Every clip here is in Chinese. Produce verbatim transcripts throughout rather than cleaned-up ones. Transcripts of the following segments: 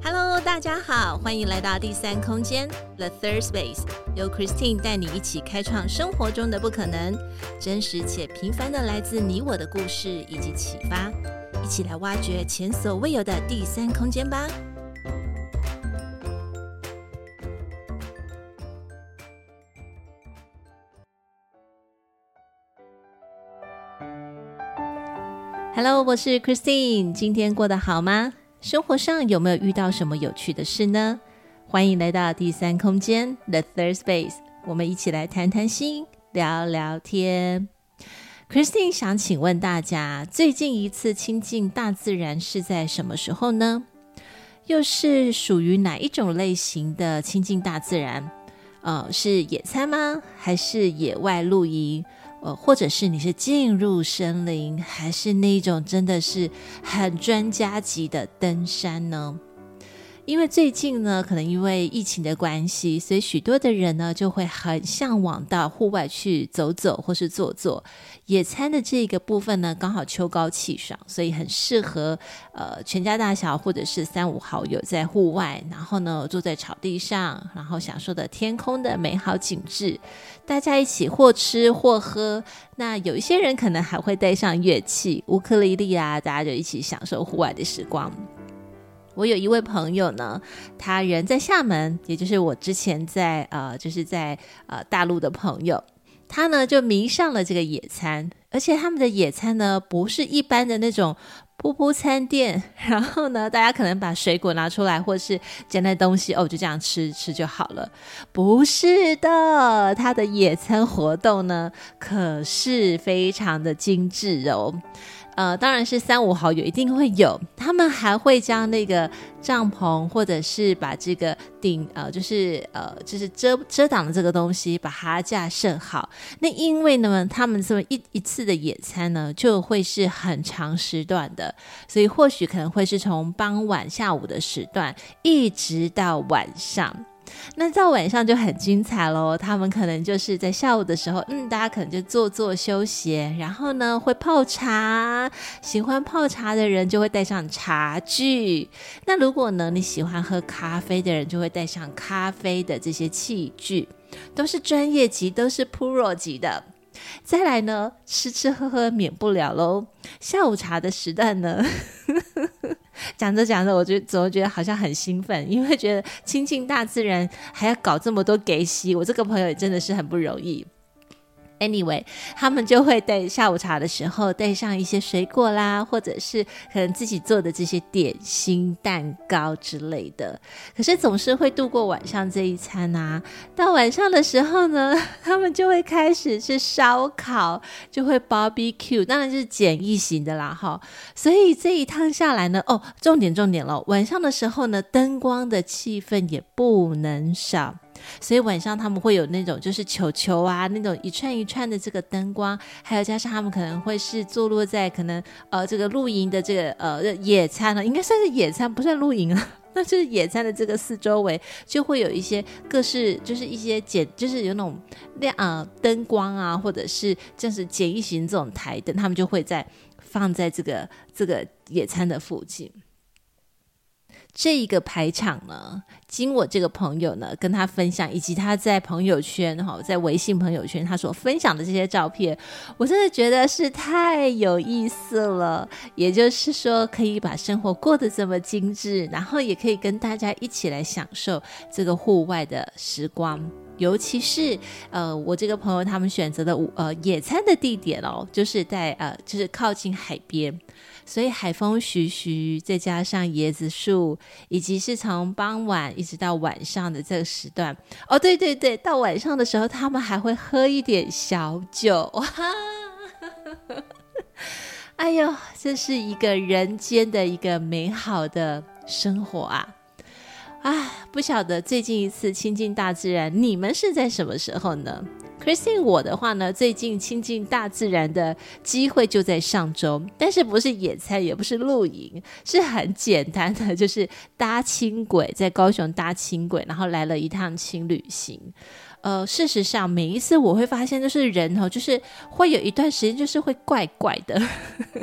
Hello， 大家好，欢迎来到第三空间 The Third Space， 由 Christine 带你一起开创生活中的不可能，真实且平凡的来自你我的故事以及启发，一起来挖掘前所未有的第三空间吧。Hello， 我是 Christine， 今天过得好吗？生活上有没有遇到什么有趣的事呢？欢迎来到第三空间 The Third Space， 我们一起来谈谈心，聊聊天。 Christine 想请问大家，最近一次亲近大自然是在什么时候呢？又是属于哪一种类型的亲近大自然？呃，是野餐吗？还是野外露营？呃，或者是你是进入森林，还是那种真的是很专家级的登山呢？因为最近呢，可能因为疫情的关系，所以许多的人呢就会很向往到户外去走走或是坐坐。野餐的这个部分呢，刚好秋高气爽，所以很适合呃全家大小或者是三五好友在户外，然后呢坐在草地上，然后享受的天空的美好景致，大家一起或吃或喝。那有一些人可能还会带上乐器，乌克丽丽啊，大家就一起享受户外的时光。我有一位朋友呢，他人在厦门，也就是我之前在呃，就是在呃大陆的朋友，他呢就迷上了这个野餐，而且他们的野餐呢不是一般的那种铺铺餐店，然后呢大家可能把水果拿出来或是捡来东西哦就这样吃吃就好了，不是的，他的野餐活动呢可是非常的精致哦。呃，当然是三五好友一定会有，他们还会将那个帐篷或者是把这个顶呃，就是呃，就是遮遮挡的这个东西把它架设好。那因为呢，他们这么一一次的野餐呢，就会是很长时段的，所以或许可能会是从傍晚下午的时段一直到晚上。那到晚上就很精彩咯，他们可能就是在下午的时候，嗯，大家可能就坐坐休闲，然后呢会泡茶，喜欢泡茶的人就会带上茶具，那如果呢你喜欢喝咖啡的人就会带上咖啡的这些器具，都是专业级，都是 Pro 级的。再来呢，吃吃喝喝免不了咯，下午茶的时段呢讲着讲着我觉得总觉得好像很兴奋，因为觉得亲近大自然还要搞这么多给息，我这个朋友也真的是很不容易。Anyway， 他们就会在下午茶的时候带上一些水果啦，或者是可能自己做的这些点心蛋糕之类的，可是总是会度过晚上这一餐啊。到晚上的时候呢，他们就会开始吃烧烤，就会 barbecue， 当然就是简易型的啦齁。所以这一趟下来呢，哦，重点重点咯，晚上的时候呢，灯光的气氛也不能少，所以晚上他们会有那种就是球球啊，那种一串一串的这个灯光，还有加上他们可能会是坐落在可能呃这个露营的这个呃野餐呢，应该算是野餐，不算露营啊，那就是野餐的这个四周围就会有一些各式就是一些简就是有那种亮呃灯光啊，或者是就是简易型这种台灯，他们就会在放在这个这个野餐的附近。这一个排场呢，经我这个朋友呢跟他分享，以及他在朋友圈在微信朋友圈他所分享的这些照片，我真的觉得是太有意思了。也就是说可以把生活过得这么精致，然后也可以跟大家一起来享受这个户外的时光。尤其是呃，我这个朋友他们选择的呃野餐的地点哦，就是在呃就是靠近海边，所以海风徐徐，再加上椰子树，以及是从傍晚一直到晚上的这个时段哦，对对对，到晚上的时候他们还会喝一点小酒，哇，哎呦，这是一个人间的一个美好的生活啊！啊，不晓得最近一次亲近大自然你们是在什么时候呢？ Christine 我的话呢，最近亲近大自然的机会就在上周，但是不是野餐也不是露营，是很简单的，就是搭轻轨，在高雄搭轻轨，然后来了一趟轻旅行。呃，事实上每一次我会发现就是人哦，就是会有一段时间就是会怪怪的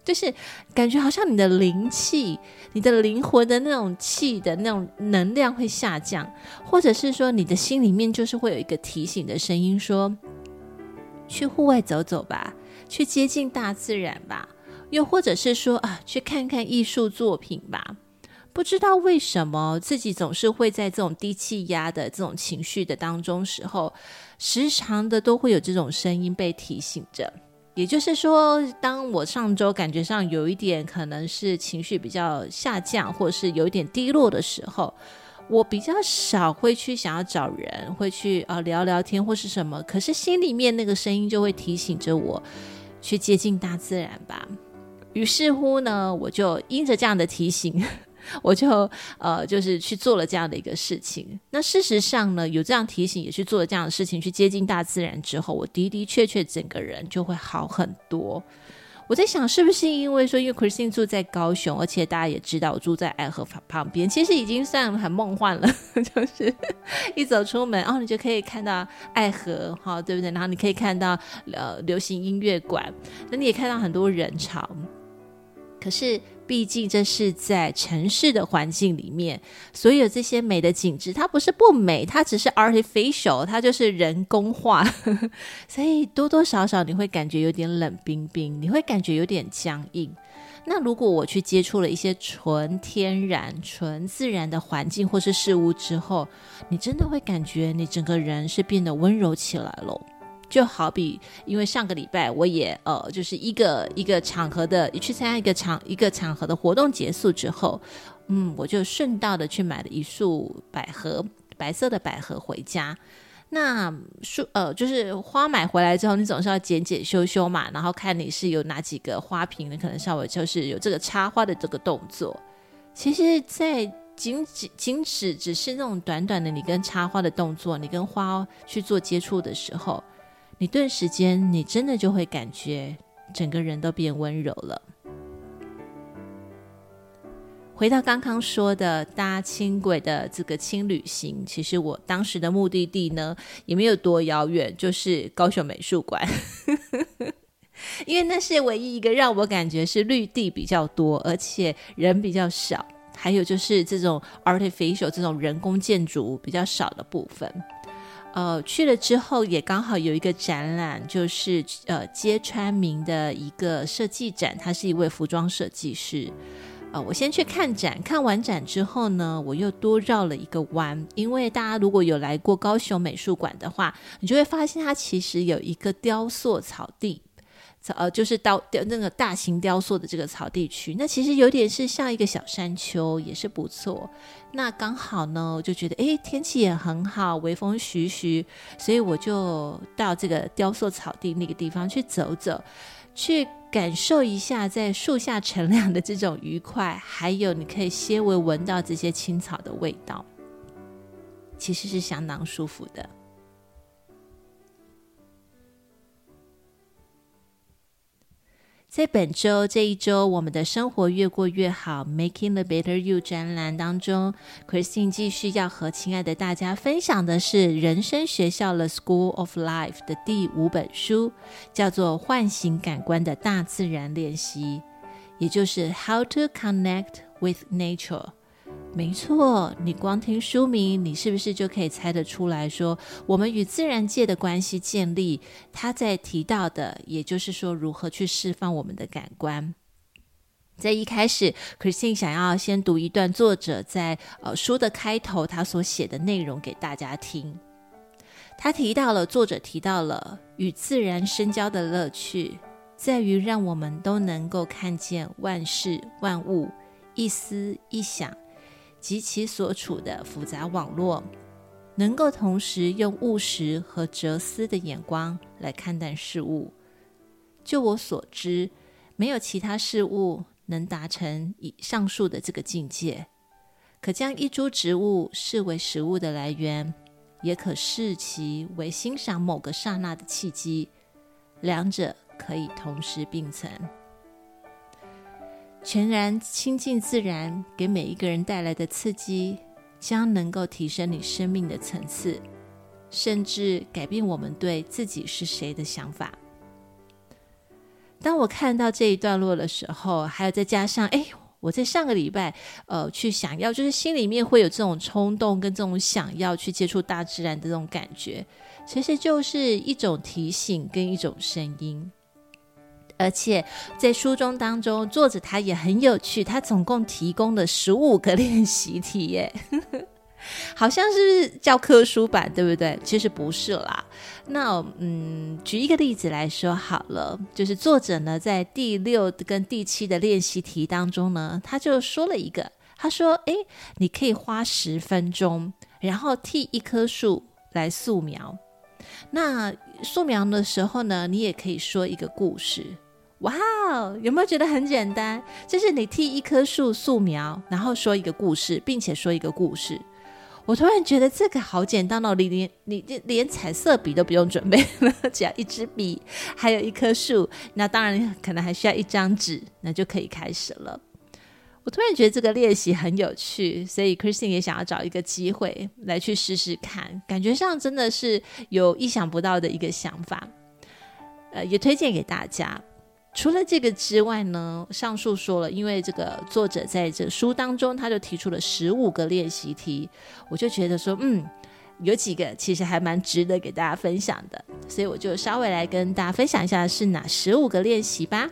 就是感觉好像你的灵气，你的灵魂的那种气的那种能量会下降，或者是说你的心里面就是会有一个提醒的声音说，去户外走走吧，去接近大自然吧，又或者是说啊，去看看艺术作品吧。不知道为什么自己总是会在这种低气压的这种情绪的当中时候，时常的都会有这种声音被提醒着。也就是说，当我上周感觉上有一点可能是情绪比较下降，或者是有一点低落的时候，我比较少会去想要找人，会去、呃、聊聊天或是什么，可是心里面那个声音就会提醒着我去接近大自然吧。于是乎呢，我就因着这样的提醒，我就呃，就是去做了这样的一个事情。那事实上呢，有这样提醒也去做了这样的事情，去接近大自然之后，我的的确确整个人就会好很多。我在想是不是因为说，因为 Christine 住在高雄，而且大家也知道我住在爱河旁边，其实已经算很梦幻了就是一走出门哦，你就可以看到爱河、哦、对不对？然后你可以看到呃流行音乐馆，那你也看到很多人潮。可是毕竟这是在城市的环境里面，所有这些美的景致它不是不美，它只是 artificial， 它就是人工化所以多多少少你会感觉有点冷冰冰，你会感觉有点僵硬。那如果我去接触了一些纯天然纯自然的环境或是事物之后，你真的会感觉你整个人是变得温柔起来了。就好比因为上个礼拜我也呃，就是一个一个场合的去参加一个场一个场合的活动结束之后，嗯，我就顺道的去买了一束百合，白色的百合回家。那树呃，就是花买回来之后，你总是要剪剪修修嘛，然后看你是有哪几个花瓶，你可能稍微就是有这个插花的这个动作。其实，在仅只仅只只是那种短短的你跟插花的动作，你跟花去做接触的时候，你顿时间你真的就会感觉整个人都变温柔了。回到刚刚说的搭轻轨的这个轻旅行，其实我当时的目的地呢也没有多遥远，就是高雄美术馆因为那是唯一一个让我感觉是绿地比较多，而且人比较少，还有就是这种 artificial 这种人工建筑比较少的部分。呃，去了之后也刚好有一个展览，就是呃揭川明的一个设计展，他是一位服装设计师。呃，我先去看展，看完展之后呢，我又多绕了一个弯，因为大家如果有来过高雄美术馆的话，你就会发现它其实有一个雕塑草地。呃，就是到那个大型雕塑的这个草地区，那其实有点是像一个小山丘，也是不错。那刚好呢，我就觉得诶天气也很好，微风徐徐，所以我就到这个雕塑草地那个地方去走走，去感受一下在树下乘凉的这种愉快，还有你可以些微闻到这些青草的味道，其实是相当舒服的。在本周这一周我们的生活越过越好 Making the Better You 专栏当中， Christine 继续要和亲爱的大家分享的是人生学校 The School of Life 的第五本书，叫做唤醒感官的大自然练习，也就是 How to Connect with Nature。没错，你光听书名，你是不是就可以猜得出来说我们与自然界的关系建立，他在提到的也就是说如何去释放我们的感官。在一开始 Christine 想要先读一段作者在、呃、书的开头他所写的内容给大家听。他提到了作者提到了与自然深交的乐趣在于让我们都能够看见万事万物一思一想及其所处的复杂网络，能够同时用务实和哲思的眼光来看待事物。就我所知，没有其他事物能达成以上述的这个境界。可将一株植物视为食物的来源，也可视其为欣赏某个刹那的契机，两者可以同时并存。全然亲近自然给每一个人带来的刺激，将能够提升你生命的层次，甚至改变我们对自己是谁的想法。 当我看到这一段落的时候，还有再加上哎，我在上个礼拜呃，去想要就是心里面会有这种冲动跟这种想要去接触大自然的这种感觉，其实就是一种提醒跟一种声音。而且在书中当中，作者他也很有趣，他总共提供了十五个练习题耶好像是教科书版对不对？其实不是啦。那嗯，举一个例子来说好了，就是作者呢在第六跟第七的练习题当中呢，他就说了一个，他说诶，你可以花十分钟然后替一棵树来素描。那素描的时候呢，你也可以说一个故事。哇哦，有没有觉得很简单？就是你替一棵树素描，然后说一个故事，并且说一个故事。我突然觉得这个好简单哦，你连你连彩色笔都不用准备了，只要一支笔，还有一棵树，那当然可能还需要一张纸，那就可以开始了。我突然觉得这个练习很有趣，所以 Christine 也想要找一个机会来去试试看，感觉上真的是有意想不到的一个想法，呃，也推荐给大家。除了这个之外呢，上述说了，因为这个作者在这书当中他就提出了十五个练习题，我就觉得说嗯，有几个其实还蛮值得给大家分享的，所以我就稍微来跟大家分享一下是哪十五个练习吧。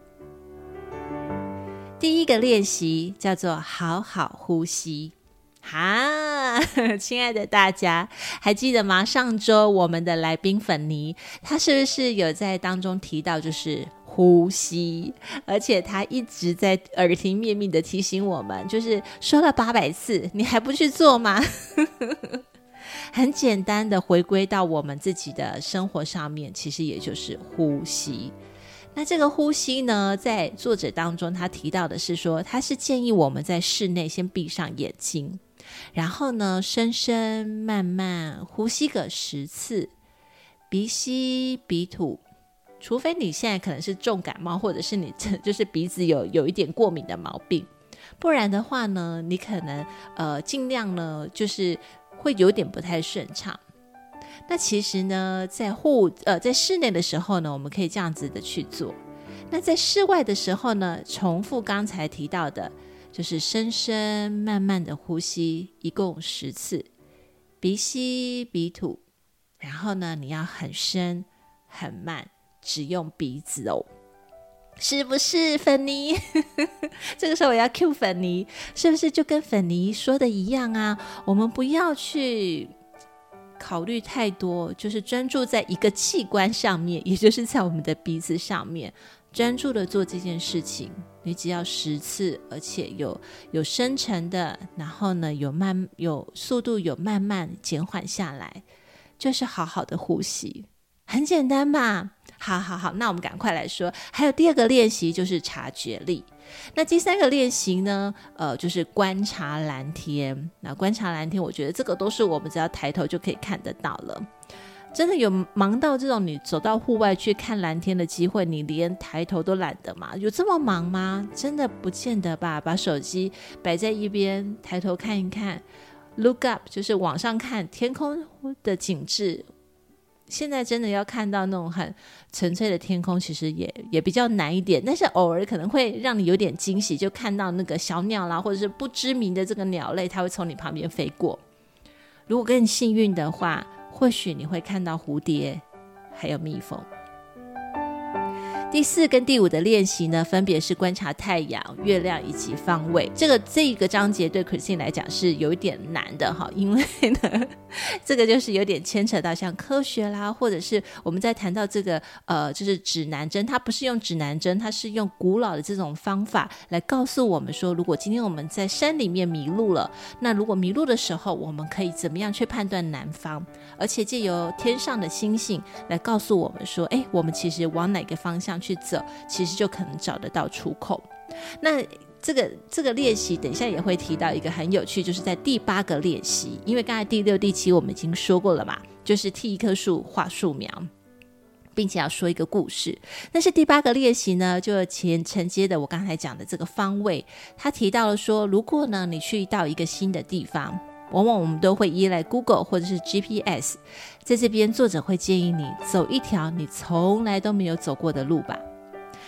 第一个练习叫做好好呼吸。哈，亲爱的大家还记得吗？上周我们的来宾粉妮，她是不是有在当中提到就是呼吸，而且她一直在耳提面命的提醒我们，就是说了八百次，你还不去做吗？很简单的回归到我们自己的生活上面，其实也就是呼吸。那这个呼吸呢，在作者当中他提到的是说，他是建议我们在室内先闭上眼睛，然后呢深深慢慢呼吸个十次，鼻吸鼻吐，除非你现在可能是重感冒，或者是你就是鼻子有有一点过敏的毛病，不然的话呢，你可能呃尽量呢就是会有点不太顺畅。那其实呢，在户呃在室内的时候呢，我们可以这样子的去做。那在室外的时候呢，重复刚才提到的，就是深深慢慢的呼吸，一共十次，鼻吸鼻吐，然后呢，你要很深很慢，只用鼻子哦。是不是粉妮？这个时候我要 cue 粉妮，是不是就跟粉妮说的一样啊？我们不要去考虑太多，就是专注在一个器官上面，也就是在我们的鼻子上面，专注的做这件事情。你只要十次，而且有有深沉的，然后呢有慢有速度，有慢慢减缓下来，就是好好的呼吸，很简单吧？好好好，那我们赶快来说，还有第二个练习就是察觉力。那第三个练习呢，呃，就是观察蓝天。那观察蓝天，我觉得这个都是我们只要抬头就可以看得到了。真的有忙到这种你走到户外去看蓝天的机会，你连抬头都懒得吗？有这么忙吗？真的不见得吧。把手机摆在一边，抬头看一看 ，look up 就是往上看天空的景致。现在真的要看到那种很纯粹的天空，其实也也比较难一点，但是偶尔可能会让你有点惊喜，就看到那个小鸟啦，或者是不知名的这个鸟类，它会从你旁边飞过。如果更幸运的话，或许你会看到蝴蝶还有蜜蜂。第四跟第五的练习呢，分别是观察太阳、月亮以及方位。这个这个章节对 Christine 来讲是有一点难的哈，因为呢，这个就是有点牵扯到像科学啦，或者是我们在谈到这个呃，就是指南针，它不是用指南针，它是用古老的这种方法来告诉我们说，如果今天我们在山里面迷路了，那如果迷路的时候，我们可以怎么样去判断南方？而且借由天上的星星来告诉我们说，哎，我们其实往哪个方向去走，其实就可能找得到出口。那这个这个练习等一下也会提到一个很有趣，就是在第八个练习，因为刚才第六第七我们已经说过了嘛，就是替一棵树画树苗，并且要说一个故事。但是第八个练习呢，就前承接的我刚才讲的这个方位，他提到了说，如果呢你去到一个新的地方，往往我们都会依赖 Google 或者是 G P S， 在这边作者会建议你走一条你从来都没有走过的路吧。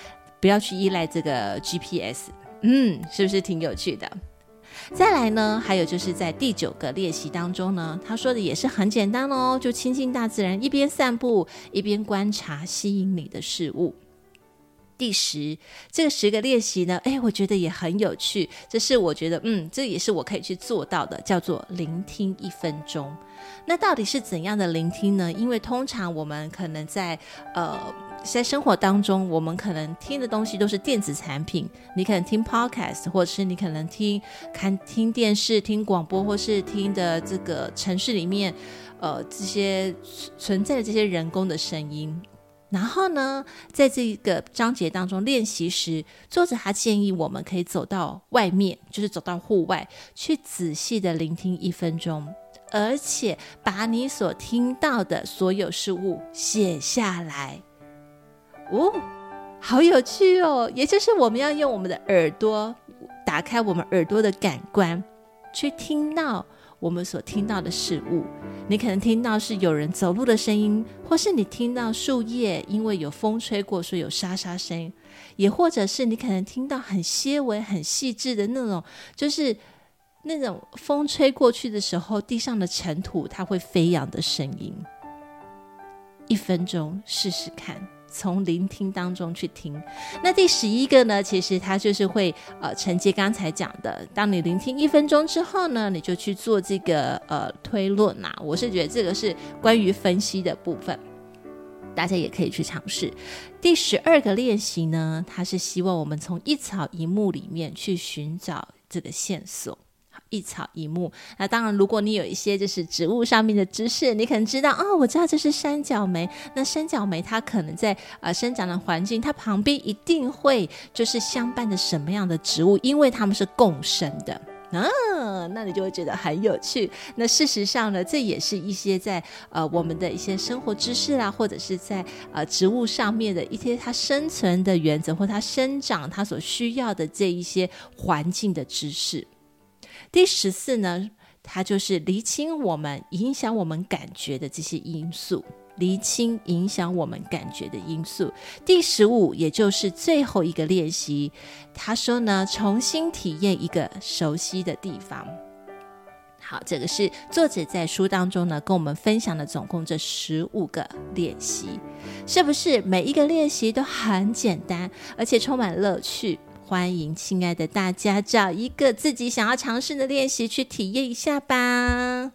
不要去依赖这个 G P S。 嗯，是不是挺有趣的？再来呢，还有就是在第九个练习当中呢，他说的也是很简单哦，就亲近大自然，一边散步一边观察吸引你的事物。第十，这个十个练习呢，哎，我觉得也很有趣，这是我觉得嗯，这也是我可以去做到的，叫做聆听一分钟。那到底是怎样的聆听呢？因为通常我们可能在呃在生活当中，我们可能听的东西都是电子产品，你可能听 podcast， 或者是你可能听看听电视、听广播，或是听的这个城市里面呃这些存在的这些人工的声音。然后呢，在这个章节当中练习时，作者他建议我们可以走到外面，就是走到户外，去仔细的聆听一分钟，而且把你所听到的所有事物写下来。哦，好有趣哦！也就是我们要用我们的耳朵，打开我们耳朵的感官，去听到我们所听到的事物。你可能听到是有人走路的声音，或是你听到树叶因为有风吹过所以有沙沙声，也或者是你可能听到很些微很细致的那种，就是那种风吹过去的时候地上的尘土它会飞扬的声音。一分钟试试看，从聆听当中去听。那第十一个呢，其实它就是会呃承接刚才讲的，当你聆听一分钟之后呢，你就去做这个呃推论啊。我是觉得这个是关于分析的部分，大家也可以去尝试。第十二个练习呢，它是希望我们从一草一木里面去寻找这个线索。一草一木，那当然如果你有一些就是植物上面的知识，你可能知道哦，我知道这是山角梅，那山角梅它可能在呃生长的环境，它旁边一定会就是相伴着什么样的植物，因为它们是共生的啊，那你就会觉得很有趣。那事实上呢，这也是一些在呃我们的一些生活知识啦，或者是在呃植物上面的一些它生存的原则，或它生长它所需要的这一些环境的知识。第十四呢，它就是厘清我们影响我们感觉的这些因素，厘清影响我们感觉的因素。第十五，也就是最后一个练习，他说呢，重新体验一个熟悉的地方。好，这个是作者在书当中呢跟我们分享的总共这十五个练习，是不是每一个练习都很简单，而且充满乐趣？欢迎亲爱的大家找一个自己想要尝试的练习去体验一下吧。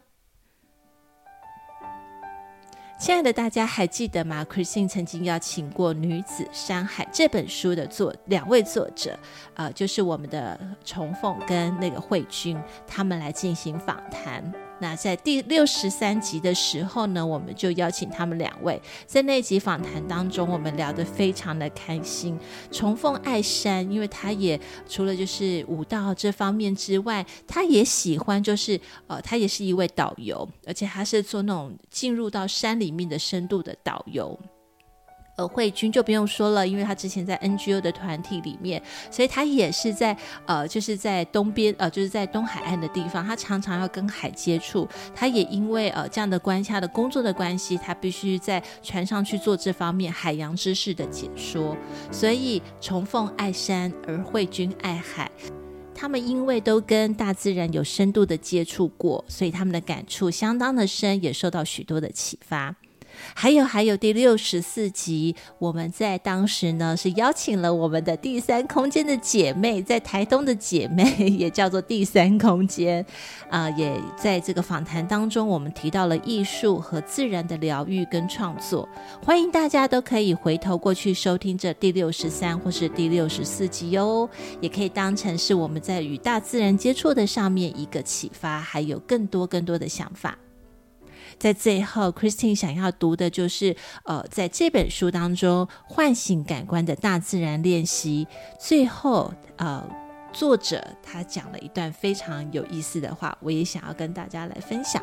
亲爱的大家还记得吗？ Christine 曾经邀请过《女子山海》这本书的作两位作者、呃、就是我们的重凤跟那个慧君，他们来进行访谈。那在第六十三集的时候呢，我们就邀请他们两位，在那集访谈当中，我们聊得非常的开心。重凤爱山，因为他也除了就是舞蹈这方面之外，他也喜欢就是呃，他也是一位导游，而且他是做那种进入到山里面的深度的导游。而慧君就不用说了，因为他之前在 N G O 的团体里面，所以他也是在呃，就是在东边呃，就是在东海岸的地方，他常常要跟海接触。他也因为呃这样的关系，他的工作的关系，他必须在船上去做这方面海洋知识的解说。所以重凤爱山，而慧君爱海。他们因为都跟大自然有深度的接触过，所以他们的感触相当的深，也受到许多的启发。还有还有第六十四集，我们在当时呢是邀请了我们的第三空间的姐妹，在台东的姐妹也叫做第三空间、呃、也在这个访谈当中，我们提到了艺术和自然的疗愈跟创作。欢迎大家都可以回头过去收听这第六十三或是第六十四集哦，也可以当成是我们在与大自然接触的上面一个启发，还有更多更多的想法。在最后 Christine 想要读的就是呃，在这本书当中唤醒感官的大自然练习。最后呃，作者他讲了一段非常有意思的话，我也想要跟大家来分享。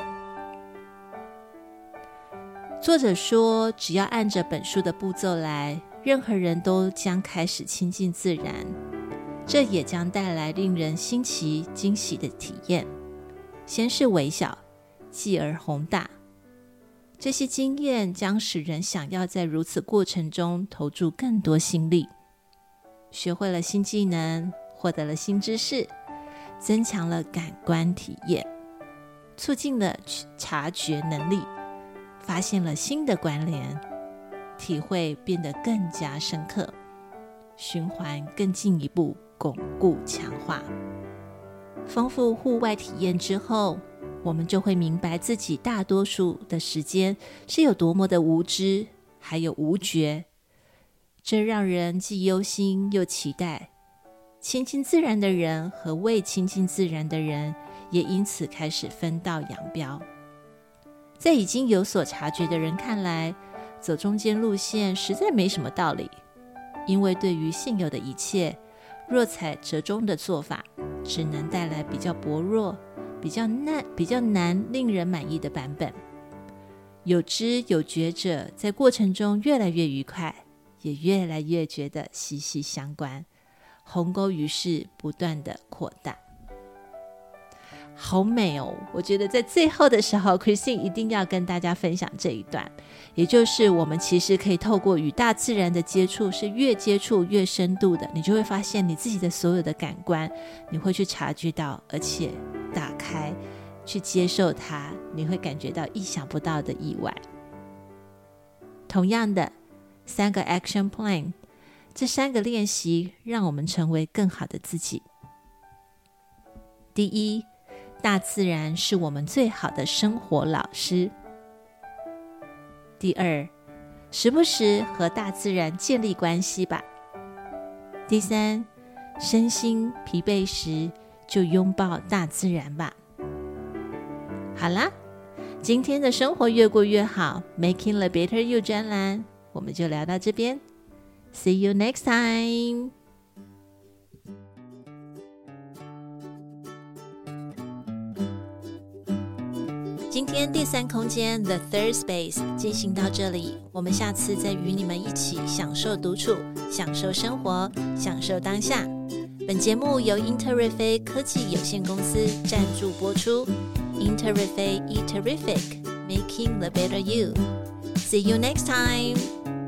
作者说，只要按着本书的步骤来，任何人都将开始亲近自然，这也将带来令人新奇惊喜的体验。先是微小，继而宏大，这些经验将使人想要在如此过程中投注更多心力。 学会了新技能，获得了新知识，增强了感官体验，促进了察觉能力，发现了新的关联，体会变得更加深刻，循环更进一步巩固强化。丰富户外体验之后，我们就会明白自己大多数的时间是有多么的无知，还有无觉。这让人既忧心又期待。亲近自然的人和未亲近自然的人也因此开始分道扬镳。在已经有所察觉的人看来，走中间路线实在没什么道理，因为对于现有的一切，若采折中的做法，只能带来比较薄弱、比较难、比较难令人满意的版本。有知有觉者在过程中越来越愉快，也越来越觉得息息相关，鸿沟于是不断的扩大。好美哦！我觉得在最后的时候 Christine 一定要跟大家分享这一段，也就是我们其实可以透过与大自然的接触，是越接触越深度的，你就会发现你自己的所有的感官，你会去察觉到，而且打开去接受它，你会感觉到意想不到的意外。同样的三个 action plan， 这三个练习让我们成为更好的自己。第一，大自然是我们最好的生活老师。第二，时不时和大自然建立关系吧。第三，身心疲惫时就拥抱大自然吧。好啦，今天的生活越过越好 Making the Better You 专栏我们就聊到这边。 See you next time。 今天第三空间 The Third Space 进行到这里，我们下次再与你们一起享受独处，享受生活，享受当下。本节目由英特瑞飞科技有限公司赞助播出。英特瑞飞 E Terrific Making the Better You。 See you next time。